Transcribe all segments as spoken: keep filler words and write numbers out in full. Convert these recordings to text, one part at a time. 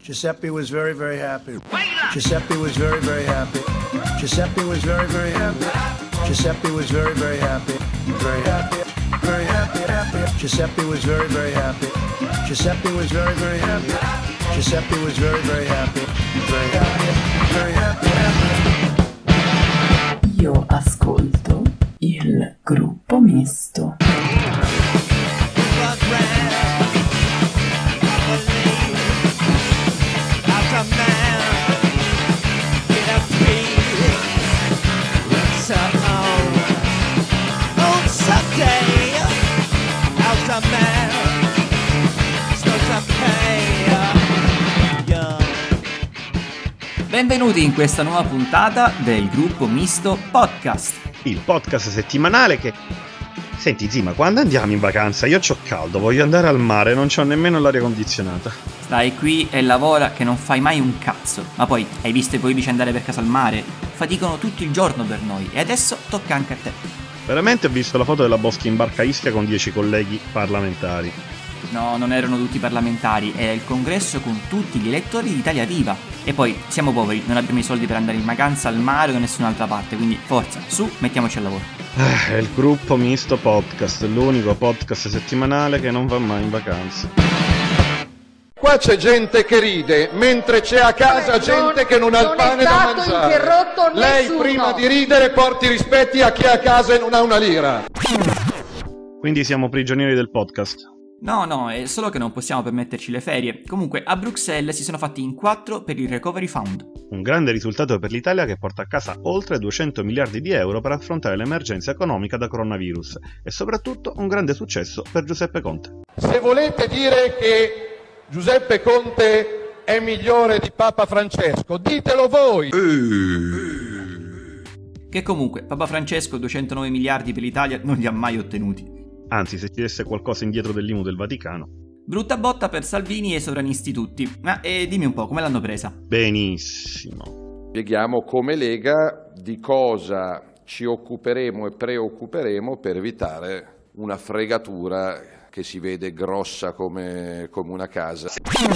Giuseppe was very, very happy. Giuseppe was very, very happy. Giuseppe was very, very happy. Giuseppe was very, very happy. Very happy. Very happy, happy. Giuseppe was very, very happy. Giuseppe was very, very happy. Giuseppe was very, very happy. Very happy. Very happy, happy. Io ascolto il gruppo misto. Benvenuti in questa nuova puntata del Gruppo Misto Podcast. Il podcast settimanale che... Senti Zima, quando andiamo in vacanza? Io c'ho caldo, voglio andare al mare, non c'ho nemmeno l'aria condizionata. Stai qui e lavora che non fai mai un cazzo. Ma poi, hai visto i politici andare per caso al mare? Faticano tutto il giorno per noi e adesso tocca anche a te. Veramente ho visto la foto della Boschi in barca a Ischia con dieci colleghi parlamentari. No, non erano tutti parlamentari, era il congresso con tutti gli elettori di Italia Viva. E poi, siamo poveri, non abbiamo i soldi per andare in vacanza al mare o da nessun'altra parte, quindi forza, su, mettiamoci al lavoro. Ah, è il Gruppo Misto Podcast, l'unico podcast settimanale che non va mai in vacanza. Qua c'è gente che ride, mentre c'è a casa Beh, gente non, che non ha il pane da mangiare. Lei prima di ridere porti rispetti a chi è a casa e non ha una lira. Quindi siamo prigionieri del podcast. No, no, è solo che non possiamo permetterci le ferie. Comunque, a Bruxelles si sono fatti in quattro per il Recovery Fund. Un grande risultato per l'Italia che porta a casa oltre duecento miliardi di euro per affrontare l'emergenza economica da coronavirus. E soprattutto un grande successo per Giuseppe Conte. Se volete dire che Giuseppe Conte è migliore di Papa Francesco, ditelo voi! Che comunque, Papa Francesco duecentonove miliardi per l'Italia non li ha mai ottenuti. Anzi, se ci desse qualcosa indietro dell'I M U del Vaticano. Brutta botta per Salvini e i sovranisti tutti. Ma eh, dimmi un po', come l'hanno presa? Benissimo. Spieghiamo come Lega di cosa ci occuperemo e preoccuperemo per evitare una fregatura che si vede grossa come, come una casa.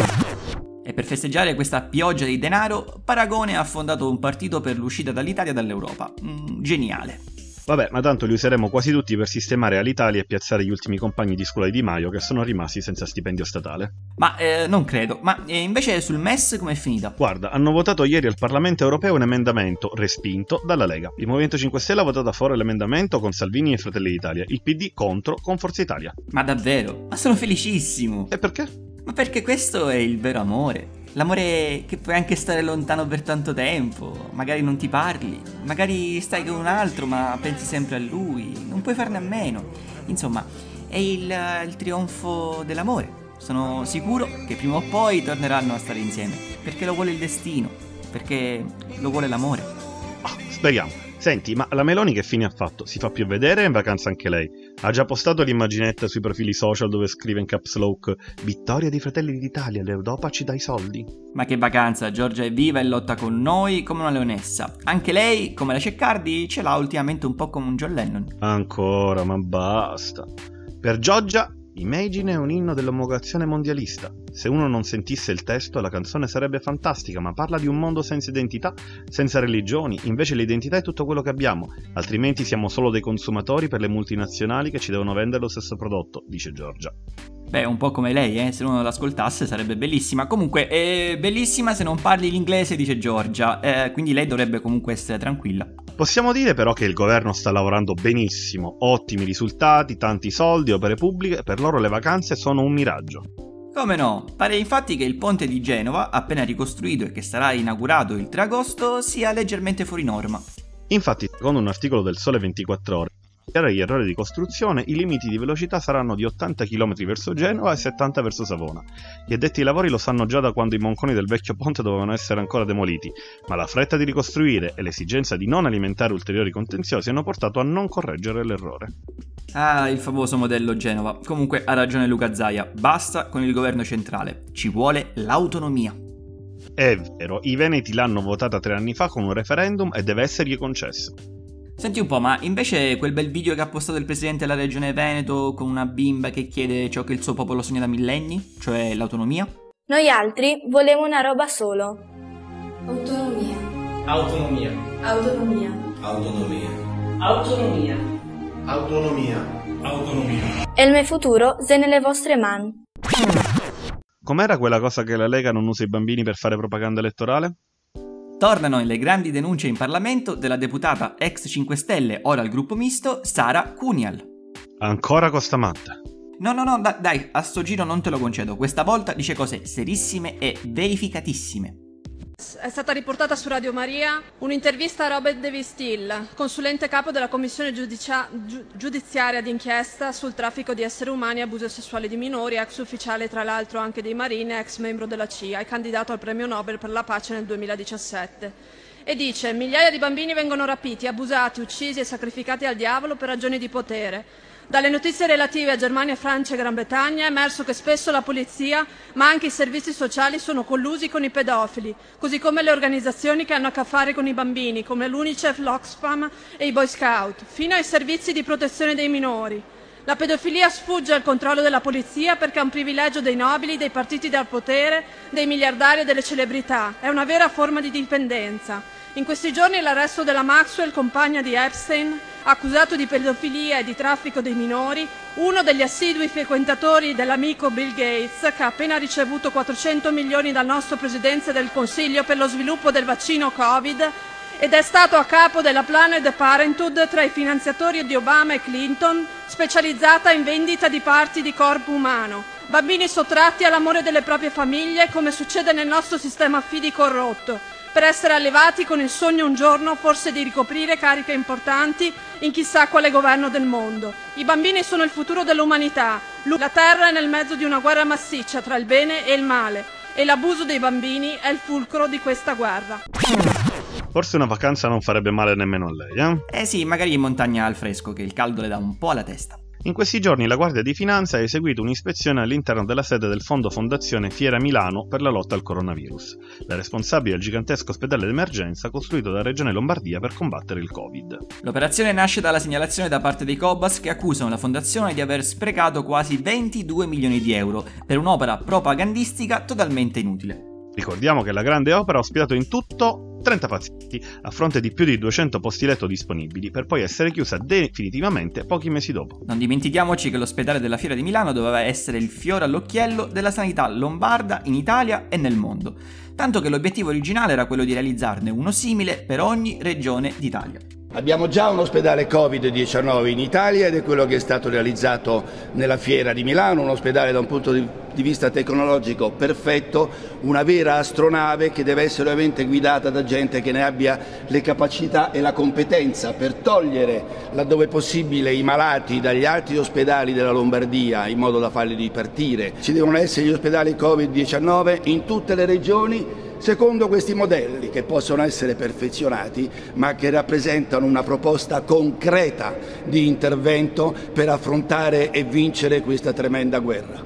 E per festeggiare questa pioggia di denaro, Paragone ha fondato un partito per l'uscita dall'Italia e dall'Europa. Mm, geniale. Vabbè, ma tanto li useremo quasi tutti per sistemare all'Italia e piazzare gli ultimi compagni di scuola di Di Maio che sono rimasti senza stipendio statale. Ma eh, non credo. Ma eh, invece sul M E S com'è finita? Guarda, hanno votato ieri al Parlamento europeo un emendamento respinto dalla Lega. Il Movimento cinque Stelle ha votato a favore dell'emendamento con Salvini e Fratelli d'Italia. Il P D contro con Forza Italia. Ma davvero? Ma sono felicissimo! E perché? Ma perché questo è il vero amore. L'amore che puoi anche stare lontano per tanto tempo, magari non ti parli, magari stai con un altro ma pensi sempre a lui, non puoi farne a meno. Insomma, è il, il trionfo dell'amore. Sono sicuro che prima o poi torneranno a stare insieme, perché lo vuole il destino, perché lo vuole l'amore. Oh, speriamo. Senti, ma la Meloni che fine ha fatto? Si fa più vedere e in vacanza anche lei? Ha già postato l'immaginetta sui profili social dove scrive in caps lock "Vittoria dei Fratelli d'Italia, l'Europa ci dà i soldi"? Ma che vacanza, Giorgia è viva e lotta con noi come una leonessa. Anche lei, come la Ceccardi, ce l'ha ultimamente un po' come un John Lennon. Ancora, ma basta. Per Giorgia, Imagine è un inno dell'omologazione mondialista. Se uno non sentisse il testo, la canzone sarebbe fantastica, ma parla di un mondo senza identità, senza religioni. Invece l'identità è tutto quello che abbiamo, altrimenti siamo solo dei consumatori per le multinazionali che ci devono vendere lo stesso prodotto, dice Giorgia. Beh, un po' come lei, eh? Se uno l'ascoltasse sarebbe bellissima. Comunque, è bellissima se non parli l'inglese, dice Giorgia, eh, quindi lei dovrebbe comunque essere tranquilla. Possiamo dire però che il governo sta lavorando benissimo, ottimi risultati, tanti soldi, opere pubbliche, per loro le vacanze sono un miraggio. Come no? Pare infatti che il ponte di Genova, appena ricostruito e che sarà inaugurato il tre agosto, sia leggermente fuori norma. Infatti, secondo un articolo del Sole ventiquattro Ore, per gli errori di costruzione, i limiti di velocità saranno di ottanta chilometri verso Genova e settanta verso Savona. Gli addetti ai lavori lo sanno già da quando i monconi del vecchio ponte dovevano essere ancora demoliti, ma la fretta di ricostruire e l'esigenza di non alimentare ulteriori contenziosi hanno portato a non correggere l'errore. Ah, il famoso modello Genova. Comunque ha ragione Luca Zaia, basta con il governo centrale, ci vuole l'autonomia. È vero, i veneti l'hanno votata tre anni fa con un referendum e deve essergli concesso. Senti un po', ma invece quel bel video che ha postato il presidente della regione Veneto con una bimba che chiede ciò che il suo popolo sogna da millenni, cioè l'autonomia? Noi altri volevamo una roba solo. Autonomia. Autonomia. Autonomia. Autonomia. Autonomia. Autonomia. Autonomia. E il mio futuro è nelle vostre mani. Com'era quella cosa che la Lega non usa i bambini per fare propaganda elettorale? Tornano le grandi denunce in Parlamento della deputata ex cinque Stelle, ora al gruppo misto, Sara Cunial. Ancora con sta matta. No, no, no, da- dai, a sto giro non te lo concedo. Questa volta dice cose serissime e verificatissime. È stata riportata su Radio Maria un'intervista a Robert Davis Steele, consulente capo della Commissione giudicia- giu- giudiziaria d'inchiesta sul traffico di esseri umani e abuso sessuale di minori, ex ufficiale tra l'altro anche dei Marine, ex membro della C I A e candidato al premio Nobel per la pace nel duemiladiciassette. E dice: migliaia di bambini vengono rapiti, abusati, uccisi e sacrificati al diavolo per ragioni di potere. Dalle notizie relative a Germania, Francia e Gran Bretagna è emerso che spesso la polizia, ma anche i servizi sociali sono collusi con i pedofili, così come le organizzazioni che hanno a che fare con i bambini, come l'Unicef, l'Oxfam e i Boy Scout, fino ai servizi di protezione dei minori. La pedofilia sfugge al controllo della polizia perché è un privilegio dei nobili, dei partiti dal potere, dei miliardari e delle celebrità. È una vera forma di dipendenza. In questi giorni l'arresto della Maxwell, compagna di Epstein, accusato di pedofilia e di traffico dei minori, uno degli assidui frequentatori dell'amico Bill Gates, che ha appena ricevuto quattrocento milioni dal nostro Presidente del Consiglio per lo sviluppo del vaccino Covid ed è stato a capo della Planned Parenthood, tra i finanziatori di Obama e Clinton, specializzata in vendita di parti di corpo umano. Bambini sottratti all'amore delle proprie famiglie, come succede nel nostro sistema fidi corrotto, per essere allevati con il sogno un giorno forse di ricoprire cariche importanti in chissà quale governo del mondo. I bambini sono il futuro dell'umanità. La terra è nel mezzo di una guerra massiccia tra il bene e il male e l'abuso dei bambini è il fulcro di questa guerra. Forse una vacanza non farebbe male nemmeno a lei, eh? Eh sì, magari in montagna al fresco, che il caldo le dà un po' alla testa. In questi giorni la Guardia di Finanza ha eseguito un'ispezione all'interno della sede del Fondo Fondazione Fiera Milano per la lotta al coronavirus. La responsabile del gigantesco ospedale d'emergenza costruito dalla Regione Lombardia per combattere il Covid. L'operazione nasce dalla segnalazione da parte dei Cobas che accusano la fondazione di aver sprecato quasi ventidue milioni di euro per un'opera propagandistica totalmente inutile. Ricordiamo che la grande opera ha ospitato in tutto trenta pazienti, a fronte di più di duecento posti letto disponibili, per poi essere chiusa definitivamente pochi mesi dopo. Non dimentichiamoci che l'ospedale della Fiera di Milano doveva essere il fiore all'occhiello della sanità lombarda in Italia e nel mondo, tanto che l'obiettivo originale era quello di realizzarne uno simile per ogni regione d'Italia. Abbiamo già un ospedale covid diciannove in Italia ed è quello che è stato realizzato nella Fiera di Milano, un ospedale da un punto di vista tecnologico perfetto, una vera astronave che deve essere ovviamente guidata da gente che ne abbia le capacità e la competenza per togliere laddove possibile i malati dagli altri ospedali della Lombardia in modo da farli ripartire. Ci devono essere gli ospedali covid diciannove in tutte le regioni secondo questi modelli che possono essere perfezionati ma che rappresentano una proposta concreta di intervento per affrontare e vincere questa tremenda guerra.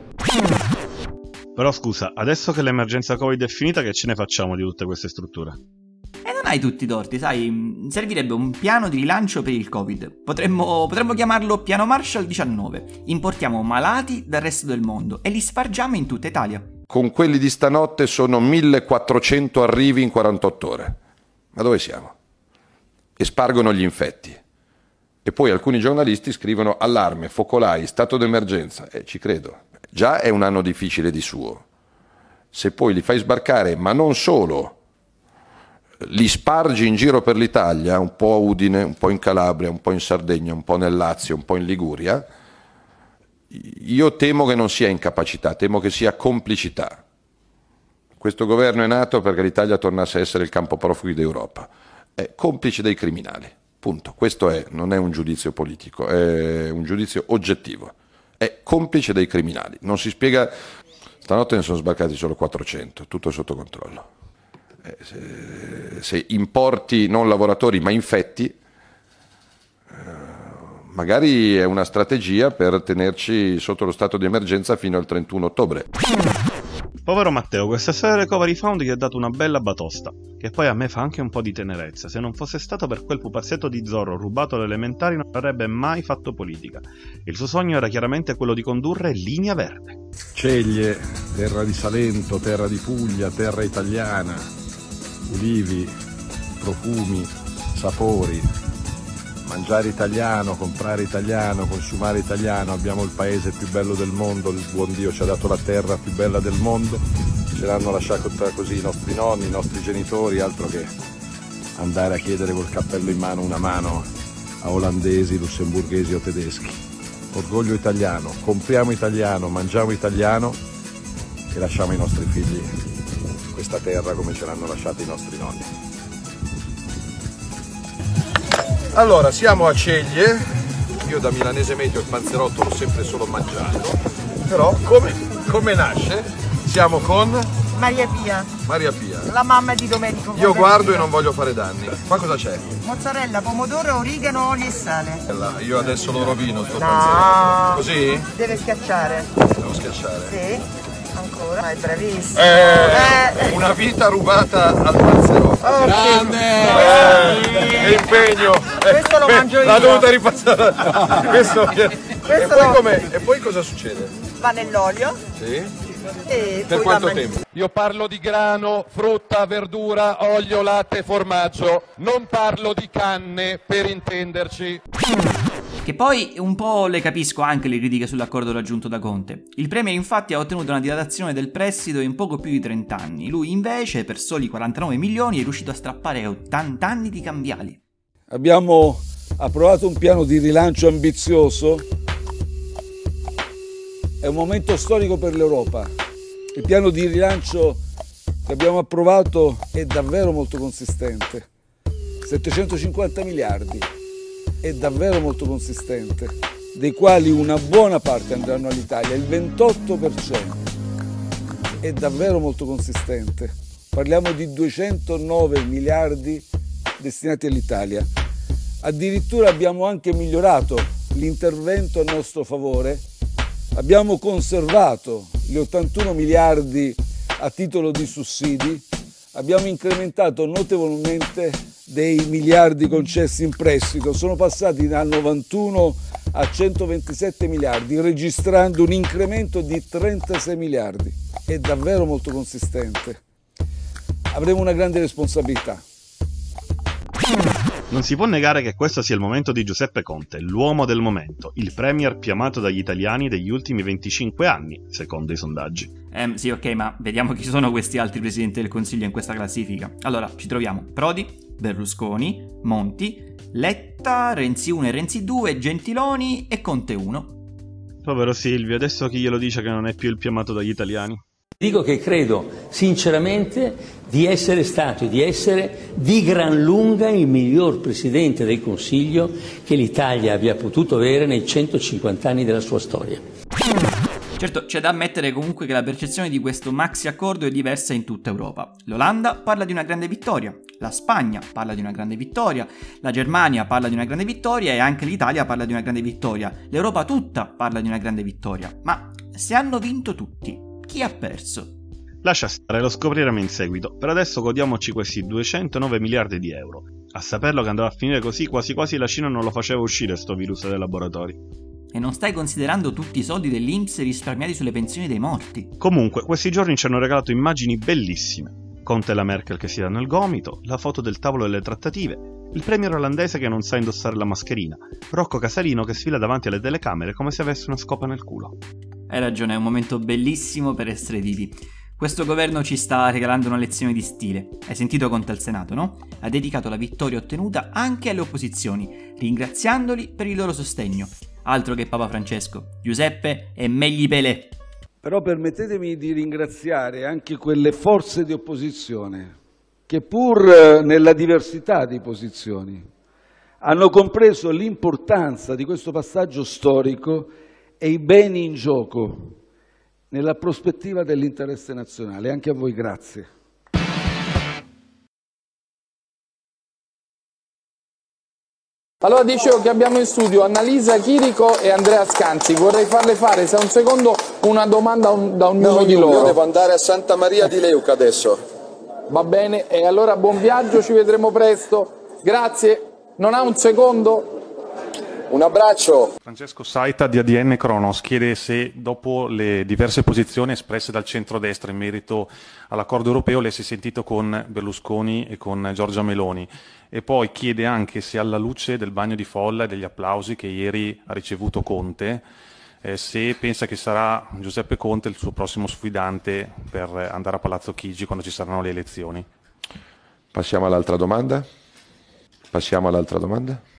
Però scusa, adesso che l'emergenza Covid è finita, che ce ne facciamo di tutte queste strutture? E non hai tutti i torti, sai, servirebbe un piano di rilancio per il Covid. Potremmo, potremmo chiamarlo Piano Marshall diciannove. Importiamo malati dal resto del mondo e li spargiamo in tutta Italia. Con quelli di stanotte sono millequattrocento arrivi in quarantotto ore. Ma dove siamo? E spargono gli infetti. E poi alcuni giornalisti scrivono allarme, focolai, stato d'emergenza. E eh, ci credo. Già è un anno difficile di suo. Se poi li fai sbarcare, ma non solo, li spargi in giro per l'Italia, un po' a Udine, un po' in Calabria, un po' in Sardegna, un po' nel Lazio, un po' in Liguria, io temo che non sia incapacità, temo che sia complicità. Questo governo è nato perché l'Italia tornasse a essere il campo profughi d'Europa. È complice dei criminali, punto. Questo è, non è un giudizio politico, è un giudizio oggettivo. È complice dei criminali. Non si spiega. Stanotte ne sono sbarcati solo quattrocento, tutto sotto controllo. Eh, se, se importi non lavoratori ma infetti, eh, magari è una strategia per tenerci sotto lo stato di emergenza fino al trentuno ottobre. Povero Matteo, questa storia del Recovery Fund gli ha dato una bella batosta, che poi a me fa anche un po' di tenerezza. Se non fosse stato per quel pupazzetto di Zorro rubato alle elementari non avrebbe mai fatto politica. Il suo sogno era chiaramente quello di condurre Linea Verde. Ceglie, terra di Salento, terra di Puglia, terra italiana, ulivi, profumi, sapori. Mangiare italiano, comprare italiano, consumare italiano, abbiamo il paese più bello del mondo, il buon Dio ci ha dato la terra più bella del mondo, ce l'hanno lasciata così i nostri nonni, i nostri genitori, altro che andare a chiedere col cappello in mano una mano a olandesi, lussemburghesi o tedeschi. Orgoglio italiano, compriamo italiano, mangiamo italiano e lasciamo ai nostri figli questa terra come ce l'hanno lasciata i nostri nonni. Allora, siamo a Ceglie, io da milanese medio il panzerotto l'ho sempre solo mangiato, però come, come nasce? Siamo con Maria Pia. Maria Pia. La mamma di Domenico. Io guardo e non voglio fare danni. Qua cosa c'è? Mozzarella, pomodoro, origano, olio e sale. Io adesso lo rovino sto no. panzerotto. Così? Deve schiacciare. Devo schiacciare? Sì. Ancora, ma è bravissimo. Eh, eh. Una vita rubata al panzerotto. Oh, grande! Eh, che impegno! Questo lo mangio io. L'ha dovuta ripassare. Questo, Questo e, poi lo... come, e poi cosa succede? Va nell'olio. Sì. E per poi quanto la tempo? Io parlo di grano, frutta, verdura, olio, latte e formaggio. Non parlo di canne, per intenderci. Che poi un po' le capisco anche le critiche sull'accordo raggiunto da Conte. Il premier infatti ha ottenuto una dilatazione del prestito in poco più di trenta anni. Lui invece per soli quarantanove milioni è riuscito a strappare ottanta anni di cambiali. Abbiamo approvato un piano di rilancio ambizioso. È un momento storico per l'Europa. Il piano di rilancio che abbiamo approvato è davvero molto consistente. settecentocinquanta miliardi. È davvero molto consistente, dei quali una buona parte andranno all'Italia, il ventotto per cento. È davvero molto consistente. Parliamo di duecentonove miliardi destinati all'Italia. Addirittura abbiamo anche migliorato l'intervento a nostro favore. Abbiamo conservato gli ottantuno miliardi a titolo di sussidi. Abbiamo incrementato notevolmente dei miliardi concessi in prestito, sono passati da novantuno a centoventisette miliardi, registrando un incremento di trentasei miliardi. È davvero molto consistente. Avremo una grande responsabilità. Non si può negare che questo sia il momento di Giuseppe Conte, l'uomo del momento, il premier più amato dagli italiani degli ultimi venticinque anni, secondo i sondaggi. Eh, sì, ok, ma vediamo chi sono questi altri presidenti del Consiglio in questa classifica. Allora, ci troviamo Prodi, Berlusconi, Monti, Letta, Renzi uno e Renzi due, Gentiloni e Conte uno. Povero Silvio, adesso chi glielo dice che non è più il più amato dagli italiani? Dico che credo sinceramente di essere stato e di essere di gran lunga il miglior Presidente del Consiglio che l'Italia abbia potuto avere nei centocinquanta anni della sua storia. Certo, c'è da ammettere comunque che la percezione di questo maxi accordo è diversa in tutta Europa. L'Olanda parla di una grande vittoria, la Spagna parla di una grande vittoria, la Germania parla di una grande vittoria e anche l'Italia parla di una grande vittoria. L'Europa tutta parla di una grande vittoria. Ma se hanno vinto tutti, chi ha perso? Lascia stare, lo scopriremo in seguito. Per adesso godiamoci questi duecentonove miliardi di euro. A saperlo che andava a finire così, quasi quasi la Cina non lo faceva uscire sto virus dai laboratori. E non stai considerando tutti i soldi dell'I N P S risparmiati sulle pensioni dei morti. Comunque, questi giorni ci hanno regalato immagini bellissime. Conte e la Merkel che si danno il gomito, la foto del tavolo delle trattative, il premier olandese che non sa indossare la mascherina, Rocco Casalino che sfila davanti alle telecamere come se avesse una scopa nel culo. Hai ragione, è un momento bellissimo per essere vivi. Questo governo ci sta regalando una lezione di stile. Hai sentito Conte al Senato, no? Ha dedicato la vittoria ottenuta anche alle opposizioni, ringraziandoli per il loro sostegno. Altro che Papa Francesco. Giuseppe è megli Pelé. Però permettetemi di ringraziare anche quelle forze di opposizione che pur nella diversità di posizioni hanno compreso l'importanza di questo passaggio storico e i beni in gioco nella prospettiva dell'interesse nazionale. Anche a voi grazie. Allora dicevo che abbiamo in studio Annalisa Chirico e Andrea Scanzi. Vorrei farle fare, se un secondo, una domanda un, da ognuno no, di loro. Io devo andare a Santa Maria di Leuca adesso. Va bene, e allora buon viaggio, ci vedremo presto. Grazie. Non ha un secondo? Un abbraccio. Francesco Saita di A D N Cronos chiede se dopo le diverse posizioni espresse dal centrodestra in merito all'accordo europeo lei si è sentito con Berlusconi e con Giorgia Meloni, e poi chiede anche se alla luce del bagno di folla e degli applausi che ieri ha ricevuto Conte, eh, se pensa che sarà Giuseppe Conte il suo prossimo sfidante per andare a Palazzo Chigi quando ci saranno le elezioni. Passiamo all'altra domanda. Passiamo all'altra domanda.